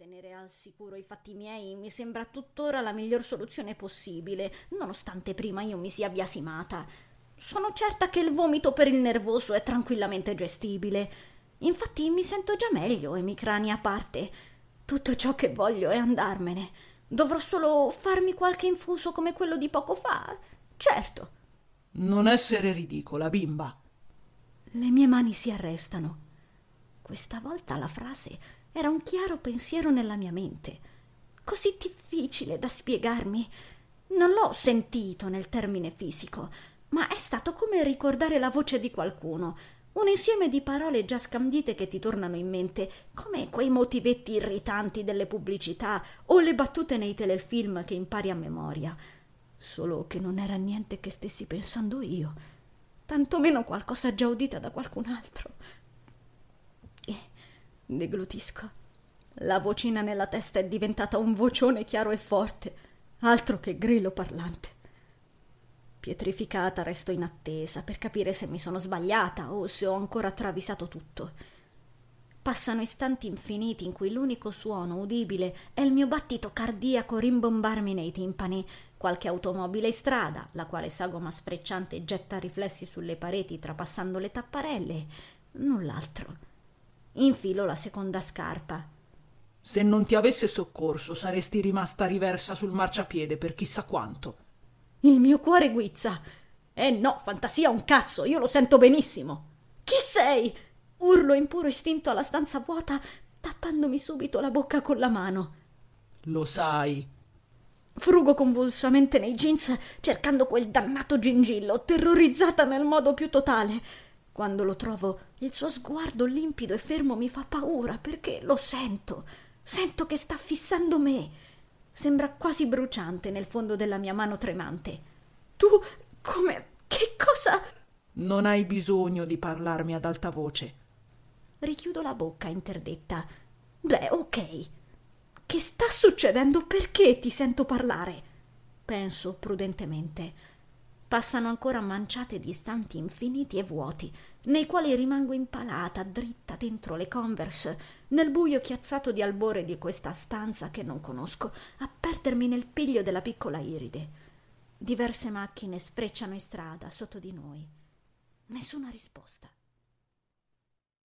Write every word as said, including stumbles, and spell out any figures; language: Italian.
tenere al sicuro i fatti miei mi sembra tuttora la miglior soluzione possibile, nonostante prima io mi sia biasimata. Sono certa che il vomito per il nervoso è tranquillamente gestibile. Infatti mi sento già meglio e emicrania a parte. Tutto ciò che voglio è andarmene. Dovrò solo farmi qualche infuso come quello di poco fa. Certo. Non essere ridicola, bimba. Le mie mani si arrestano. Questa volta la frase era un chiaro pensiero nella mia mente, così difficile da spiegarmi. Non l'ho sentito nel termine fisico, ma è stato come ricordare la voce di qualcuno, un insieme di parole già scandite che ti tornano in mente, come quei motivetti irritanti delle pubblicità o le battute nei telefilm che impari a memoria. Solo che non era niente che stessi pensando io, tantomeno qualcosa già udita da qualcun altro. E deglutisco. La vocina nella testa è diventata un vocione chiaro e forte, altro che grillo parlante. Pietrificata resto in attesa per capire se mi sono sbagliata o se ho ancora travisato tutto. Passano istanti infiniti in cui l'unico suono udibile è il mio battito cardiaco rimbombarmi nei timpani, qualche automobile in strada, la quale sagoma sfrecciante getta riflessi sulle pareti trapassando le tapparelle, null'altro. Infilo la seconda scarpa. Se non ti avesse soccorso saresti rimasta riversa sul marciapiede per chissà quanto. Il mio cuore guizza. Eh no, fantasia un cazzo, io lo sento benissimo. Chi sei? Urlo in puro istinto alla stanza vuota, tappandomi subito la bocca con la mano. Lo sai. Frugo convulsamente nei jeans, cercando quel dannato gingillo, terrorizzata nel modo più totale. Quando lo trovo, il suo sguardo limpido e fermo mi fa paura, perché lo sento. Sento che sta fissando me. Sembra quasi bruciante nel fondo della mia mano tremante. Tu, come... che cosa... Non hai bisogno di parlarmi ad alta voce. Richiudo la bocca interdetta. Beh, ok. Che sta succedendo? Perché ti sento parlare? Penso prudentemente. Passano ancora manciate di istanti infiniti e vuoti, nei quali rimango impalata, dritta dentro le Converse, nel buio chiazzato di albore di questa stanza che non conosco, a perdermi nel piglio della piccola Iride. Diverse macchine sfrecciano in strada sotto di noi. Nessuna risposta.